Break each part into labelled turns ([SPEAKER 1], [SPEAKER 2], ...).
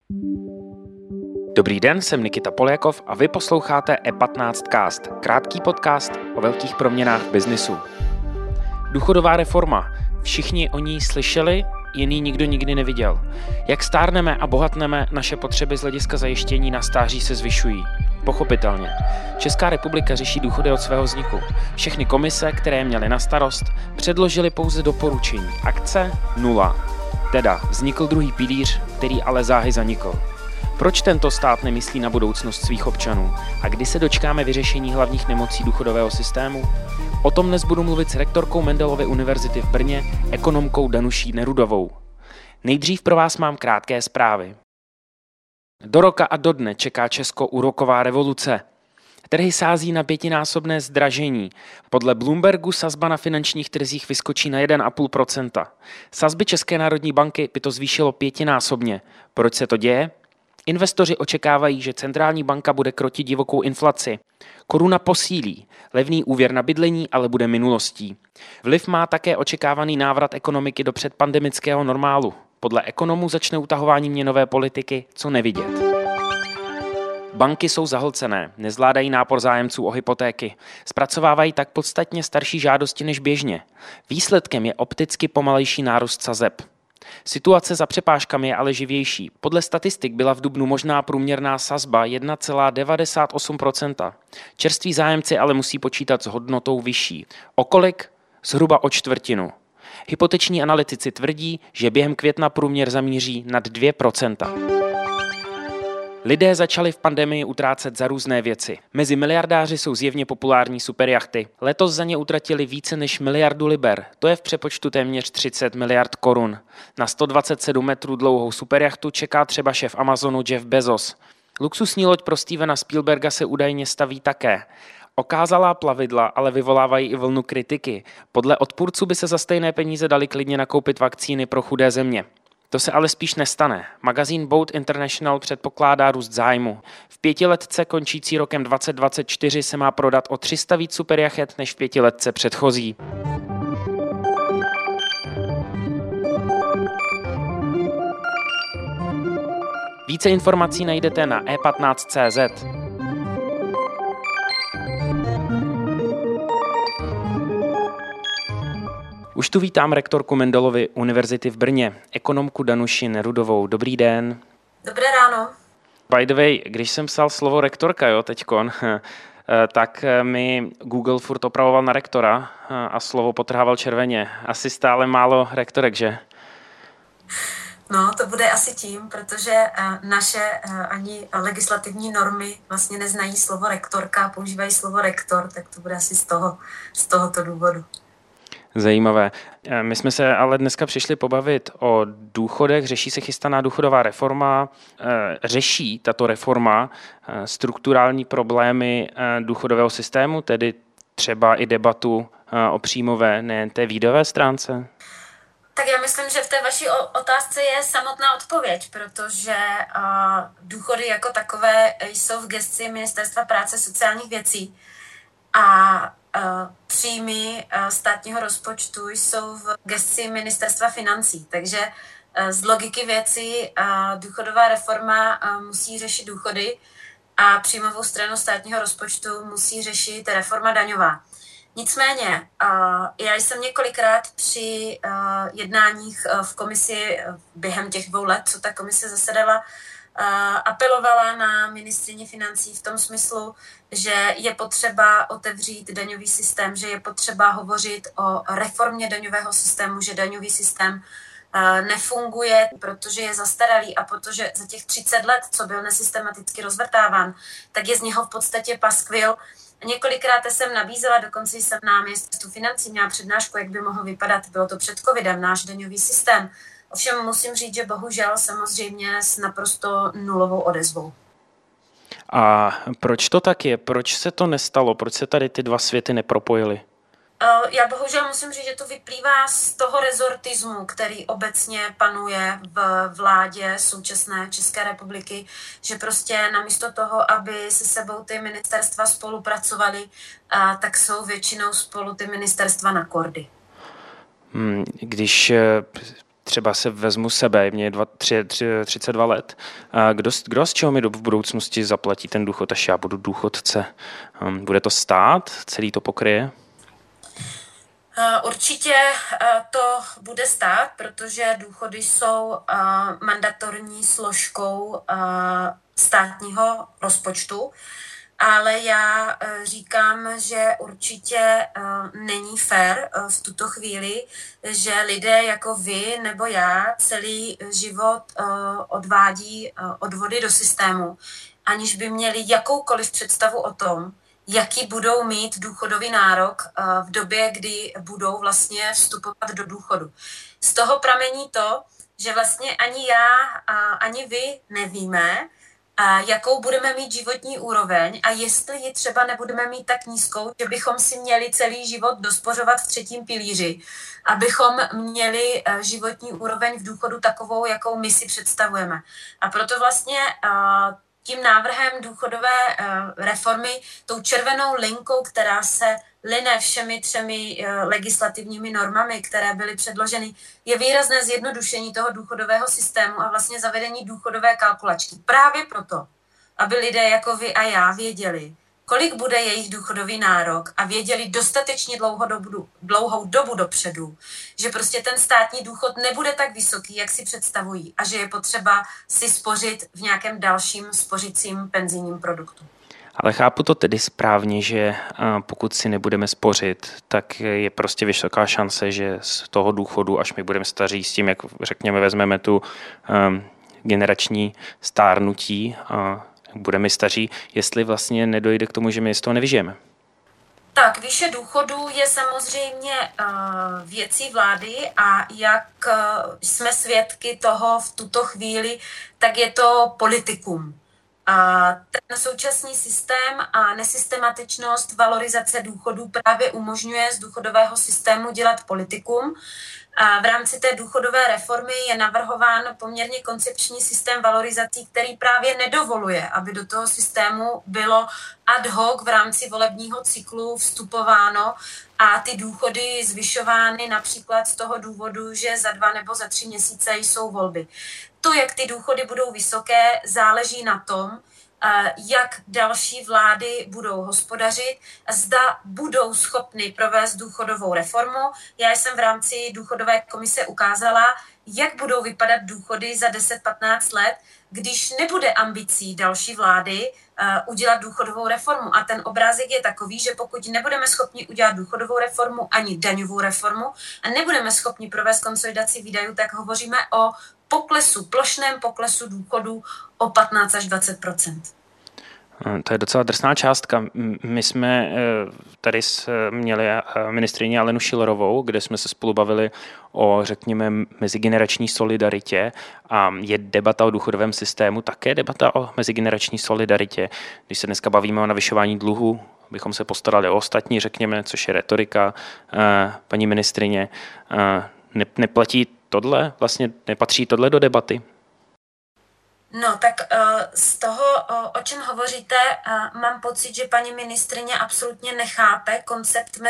[SPEAKER 1] Dobrý den, jsem Nikita Poljakov a vy posloucháte E15cast, krátký podcast o velkých proměnách v biznisu. Důchodová reforma. Všichni o ní slyšeli, jiný nikdo nikdy neviděl. Jak stárneme a bohatneme, naše potřeby z hlediska zajištění na stáří se zvyšují. Pochopitelně. Česká republika řeší důchody od svého vzniku. Všechny komise, které měly na starost, předložily pouze doporučení. Akce nula. Teda vznikl druhý pilíř, který ale záhy zanikl. Proč tento stát nemyslí na budoucnost svých občanů? A kdy se dočkáme vyřešení hlavních nemocí důchodového systému? O tom dnes budu mluvit s rektorkou Mendelovy univerzity v Brně, ekonomkou Danuší Nerudovou. Nejdřív pro vás mám krátké zprávy. Do roka a do dne čeká Česko úroková revoluce. Trhy sází na 5násobné zdražení. Podle Bloombergu sazba na finančních trzích vyskočí na 1,5%. Sazby České národní banky by to zvýšilo 5násobně. Proč se to děje? Investoři očekávají, že centrální banka bude krotit divokou inflaci. Koruna posílí, levný úvěr na bydlení ale bude minulostí. Vliv má také očekávaný návrat ekonomiky do předpandemického normálu. Podle ekonomů začne utahování měnové politiky co nevidět. Banky jsou zahlcené, nezvládají nápor zájemců o hypotéky. Zpracovávají tak podstatně starší žádosti než běžně. Výsledkem je opticky pomalejší nárůst sazeb. Situace za přepážkami je ale živější. Podle statistik byla v dubnu možná průměrná sazba 1,98%. Čerství zájemci ale musí počítat s hodnotou vyšší. O kolik? Zhruba o čtvrtinu. Hypoteční analytici tvrdí, že během května průměr zamíří nad 2%. Lidé začali v pandemii utrácet za různé věci. Mezi miliardáři jsou zjevně populární superjachty. Letos za ně utratili více než miliardu liber. To je v přepočtu téměř 30 miliard korun. Na 127 metrů dlouhou superjachtu čeká třeba šéf Amazonu Jeff Bezos. Luxusní loď pro Stevena Spielberga se údajně staví také. Okázalá plavidla ale vyvolávají i vlnu kritiky. Podle odpůrců by se za stejné peníze dali klidně nakoupit vakcíny pro chudé země. To se ale spíš nestane. Magazín Boat International předpokládá růst zájmu. V pětiletce končící rokem 2024 se má prodat o 300 víc superjachet než v pětiletce předchozí. Více informací najdete na e15.cz. Už tu vítám rektorku Mendelovy univerzity v Brně, ekonomku Danuši Nerudovou. Dobrý den.
[SPEAKER 2] Dobré ráno.
[SPEAKER 1] By the way, když jsem psal slovo rektorka, teďkon, tak mi Google furt opravoval na rektora a slovo potrhával červeně. Asi stále málo rektorek, že?
[SPEAKER 2] No, to bude asi tím, protože naše ani legislativní normy vlastně neznají slovo rektorka, používají slovo rektor, tak to bude asi z tohoto důvodu.
[SPEAKER 1] Zajímavé. My jsme se ale dneska přišli pobavit o důchodech, řeší se chystaná důchodová reforma, řeší tato reforma strukturální problémy důchodového systému, tedy třeba i debatu o příjmové, nejen té výdajové stránce?
[SPEAKER 2] Tak já myslím, že v té vaší otázce je samotná odpověď, protože důchody jako takové jsou v gesci Ministerstva práce a sociálních věcí a příjmy státního rozpočtu jsou v gesci Ministerstva financí. Takže z logiky věci důchodová reforma musí řešit důchody a příjmovou stranu státního rozpočtu musí řešit reforma daňová. Nicméně, já jsem několikrát při jednáních v komisi během těch 2 let, co ta komise zasedala, apelovala na ministryni financí v tom smyslu, že je potřeba otevřít daňový systém, že je potřeba hovořit o reformě daňového systému, že daňový systém nefunguje, protože je zastaralý a protože za těch 30 let, co byl nesystematicky rozvrtáván, tak je z něho v podstatě paskvil. Několikrát jsem nabízela, dokonce jsem na Ministerstvu financí měla přednášku, jak by mohl vypadat, bylo to před covidem, náš daňový systém. Ovšem musím říct, že bohužel samozřejmě s naprosto nulovou odezvou.
[SPEAKER 1] A proč to tak je? Proč se to nestalo? Proč se tady ty dva světy nepropojily?
[SPEAKER 2] Já bohužel musím říct, že to vyplývá z toho rezortismu, který obecně panuje v vládě současné České republiky, že prostě namísto toho, aby se sebou ty ministerstva spolupracovaly, tak jsou většinou spolu ty ministerstva na kordy.
[SPEAKER 1] Když třeba se vezmu sebe, mě je 32 let, kdo z čeho mi v budoucnosti zaplatí ten důchod, až já budu důchodce? Bude to stát? Celý to pokryje?
[SPEAKER 2] Určitě to bude stát, protože důchody jsou mandatorní složkou státního rozpočtu, ale já říkám, že určitě není fér v tuto chvíli, že lidé jako vy nebo já celý život odvádí odvody do systému, aniž by měli jakoukoliv představu o tom, jaký budou mít důchodový nárok v době, kdy budou vlastně vstupovat do důchodu. Z toho pramení to, že vlastně ani já, ani vy nevíme, jakou budeme mít životní úroveň a jestli ji třeba nebudeme mít tak nízkou, že bychom si měli celý život dospořovat v 3. pilíři, abychom měli životní úroveň v důchodu takovou, jakou my si představujeme. A proto vlastně tím návrhem důchodové reformy, tou červenou linkou, která se line všemi 3 legislativními normami, které byly předloženy, je výrazné zjednodušení toho důchodového systému a vlastně zavedení důchodové kalkulačky. Právě proto, aby lidé jako vy a já věděli, kolik bude jejich důchodový nárok a věděli dostatečně dlouhou dobu dopředu, že prostě ten státní důchod nebude tak vysoký, jak si představují a že je potřeba si spořit v nějakém dalším spořicím penzijním produktu.
[SPEAKER 1] Ale chápu to tedy správně, že pokud si nebudeme spořit, tak je prostě vysoká šance, že z toho důchodu, až my budeme staří s tím, jak řekněme, vezmeme tu generační stárnutí, budeme staří, jestli vlastně nedojde k tomu, že my z toho nevyžijeme.
[SPEAKER 2] Tak, výše důchodu je samozřejmě věcí vlády a jak jsme svědky toho v tuto chvíli, tak je to politikum. Ten současný systém a nesystematičnost valorizace důchodů právě umožňuje z důchodového systému dělat politikum. A v rámci té důchodové reformy je navrhován poměrně koncepční systém valorizací, který právě nedovoluje, aby do toho systému bylo ad hoc v rámci volebního cyklu vstupováno a ty důchody zvyšovány například z toho důvodu, že za 2 nebo za 3 měsíce jsou volby. To, jak ty důchody budou vysoké, záleží na tom, jak další vlády budou hospodařit, zda budou schopny provést důchodovou reformu. Já jsem v rámci důchodové komise ukázala, jak budou vypadat důchody za 10-15 let, když nebude ambicí další vlády udělat důchodovou reformu. A ten obrázek je takový, že pokud nebudeme schopni udělat důchodovou reformu ani daňovou reformu a nebudeme schopni provést konsolidaci výdajů, tak hovoříme o plošném poklesu důchodů o 15 až 20%.
[SPEAKER 1] To je docela drsná částka. My jsme tady měli ministryni Alenu Schillerovou, kde jsme se spolu bavili o, řekněme, mezigenerační solidaritě a je debata o důchodovém systému, také debata o mezigenerační solidaritě. Když se dneska bavíme o navyšování dluhu, abychom se postarali o ostatní, řekněme, což je retorika paní ministryně, neplatí tohle? Vlastně nepatří tohle do debaty?
[SPEAKER 2] No, tak z toho, o čem hovoříte, mám pocit, že paní ministryně absolutně nechápe koncept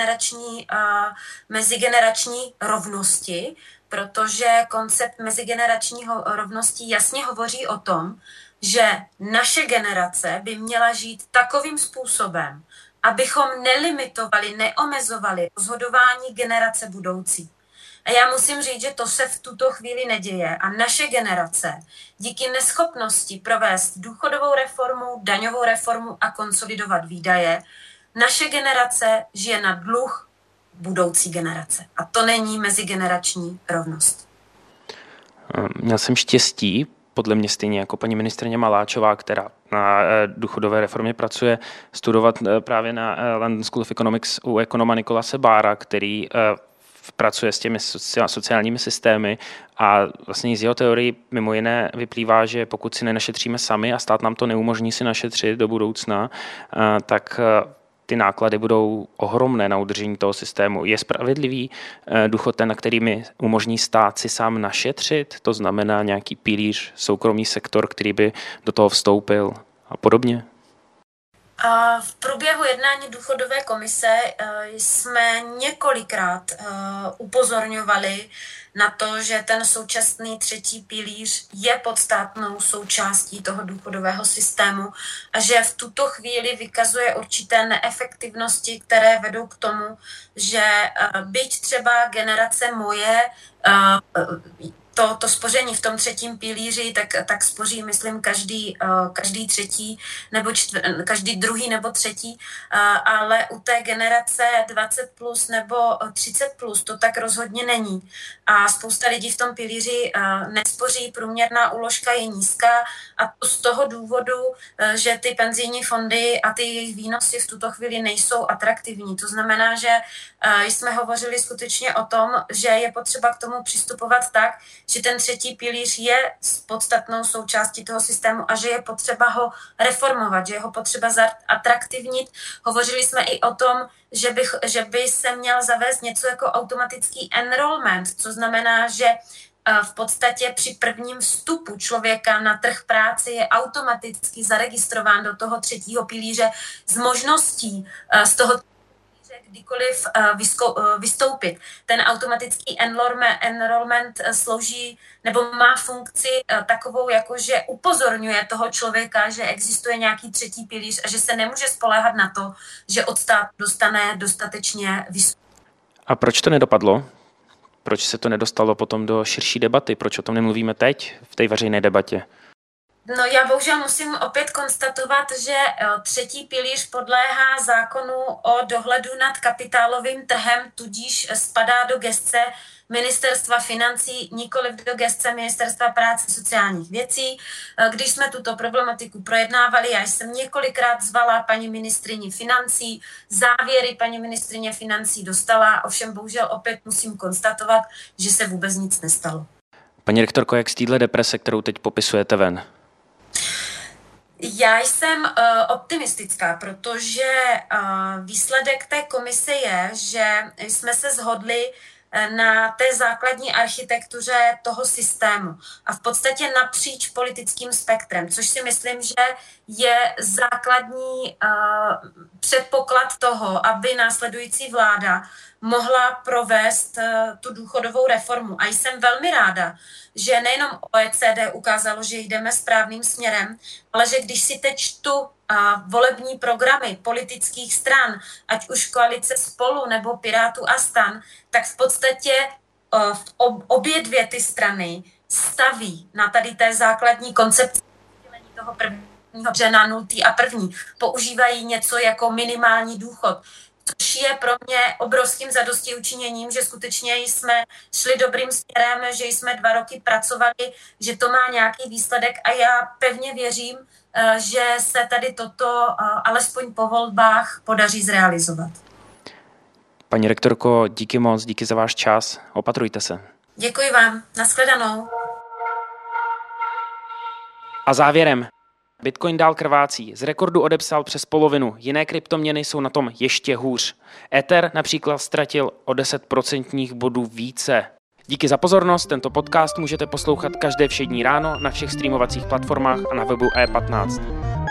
[SPEAKER 2] mezigenerační rovnosti, protože koncept mezigenerační rovnosti jasně hovoří o tom, že naše generace by měla žít takovým způsobem, abychom nelimitovali, neomezovali rozhodování generace budoucí. A já musím říct, že to se v tuto chvíli neděje a naše generace díky neschopnosti provést důchodovou reformu, daňovou reformu a konsolidovat výdaje, naše generace žije na dluh budoucí generace. A to není mezigenerační rovnost.
[SPEAKER 1] Měl jsem štěstí, podle mě stejně jako paní ministryně Maláčová, která na důchodové reformě pracuje, studovat právě na London School of Economics u ekonoma Nicolase Barra, který pracuje s těmi sociálními systémy a vlastně z jeho teorii mimo jiné vyplývá, že pokud si nenašetříme sami a stát nám to neumožní si našetřit do budoucna, tak ty náklady budou ohromné na udržení toho systému. Je spravedlivý důchod ten, na který mi umožní stát si sám našetřit? To znamená nějaký pilíř, soukromý sektor, který by do toho vstoupil a podobně?
[SPEAKER 2] V průběhu jednání důchodové komise jsme několikrát upozorňovali na to, že ten současný třetí pilíř je podstatnou součástí toho důchodového systému a že v tuto chvíli vykazuje určité neefektivnosti, které vedou k tomu, že byť třeba generace moje to spoření v tom třetím pilíři, tak spoří, myslím, každý třetí, nebo každý druhý nebo třetí, ale u té generace 20 plus nebo 30 plus to tak rozhodně není. A spousta lidí v tom pilíři nespoří, průměrná úložka je nízká a to z toho důvodu, že ty penzijní fondy a ty jejich výnosy v tuto chvíli nejsou atraktivní. To znamená, že jsme hovořili skutečně o tom, že je potřeba k tomu přistupovat tak, že ten třetí pilíř je podstatnou součástí toho systému a že je potřeba ho reformovat, že je ho potřeba zatraktivnit. Hovořili jsme i o tom, že by se měl zavést něco jako automatický enrollment, co znamená, že v podstatě při prvním vstupu člověka na trh práce je automaticky zaregistrován do toho třetího pilíře s možností z toho kdykoliv vystoupit. Ten automatický enrollment slouží nebo má funkci takovou, jako že upozorňuje toho člověka, že existuje nějaký třetí pilíř a že se nemůže spoléhat na to, že od státu dostane dostatečně vysokou.
[SPEAKER 1] A proč to nedopadlo? Proč se to nedostalo potom do širší debaty? Proč o tom nemluvíme teď v té veřejné debatě?
[SPEAKER 2] No já bohužel musím opět konstatovat, že třetí pilíř podléhá zákonu o dohledu nad kapitálovým trhem, tudíž spadá do gesce Ministerstva financí, nikoliv do gesce Ministerstva práce a sociálních věcí. Když jsme tuto problematiku projednávali, já jsem několikrát zvala paní ministryni financí, závěry paní ministryně financí dostala, ovšem bohužel opět musím konstatovat, že se vůbec nic nestalo.
[SPEAKER 1] Paní rektorko, jak z téhle deprese, kterou teď popisujete ven?
[SPEAKER 2] Já jsem optimistická, protože výsledek té komise je, že jsme se shodli na té základní architektuře toho systému a v podstatě napříč politickým spektrem, což si myslím, že je základní předpoklad toho, aby následující vláda mohla provést tu důchodovou reformu. A jsem velmi ráda, že nejenom OECD ukázalo, že jdeme správným směrem, ale že když si teď čtu volební programy politických stran, ať už koalice Spolu nebo Pirátů a STAN, tak v podstatě obě dvě ty strany staví na tady té základní koncepci toho prvního břena, nultý a první. Používají něco jako minimální důchod, což je pro mě obrovským zadostiučiněním, že skutečně jsme šli dobrým směrem, že jsme 2 roky pracovali, že to má nějaký výsledek a já pevně věřím, že se tady toto alespoň po volbách podaří zrealizovat.
[SPEAKER 1] Paní rektorko, díky moc, díky za váš čas. Opatrujte se.
[SPEAKER 2] Děkuji vám. Nashledanou.
[SPEAKER 1] A závěrem. Bitcoin dál krvácí. Z rekordu odepsal přes polovinu. Jiné kryptoměny jsou na tom ještě hůř. Ether například ztratil o 10% bodů více. Díky za pozornost. Tento podcast můžete poslouchat každé všední ráno na všech streamovacích platformách a na webu E15.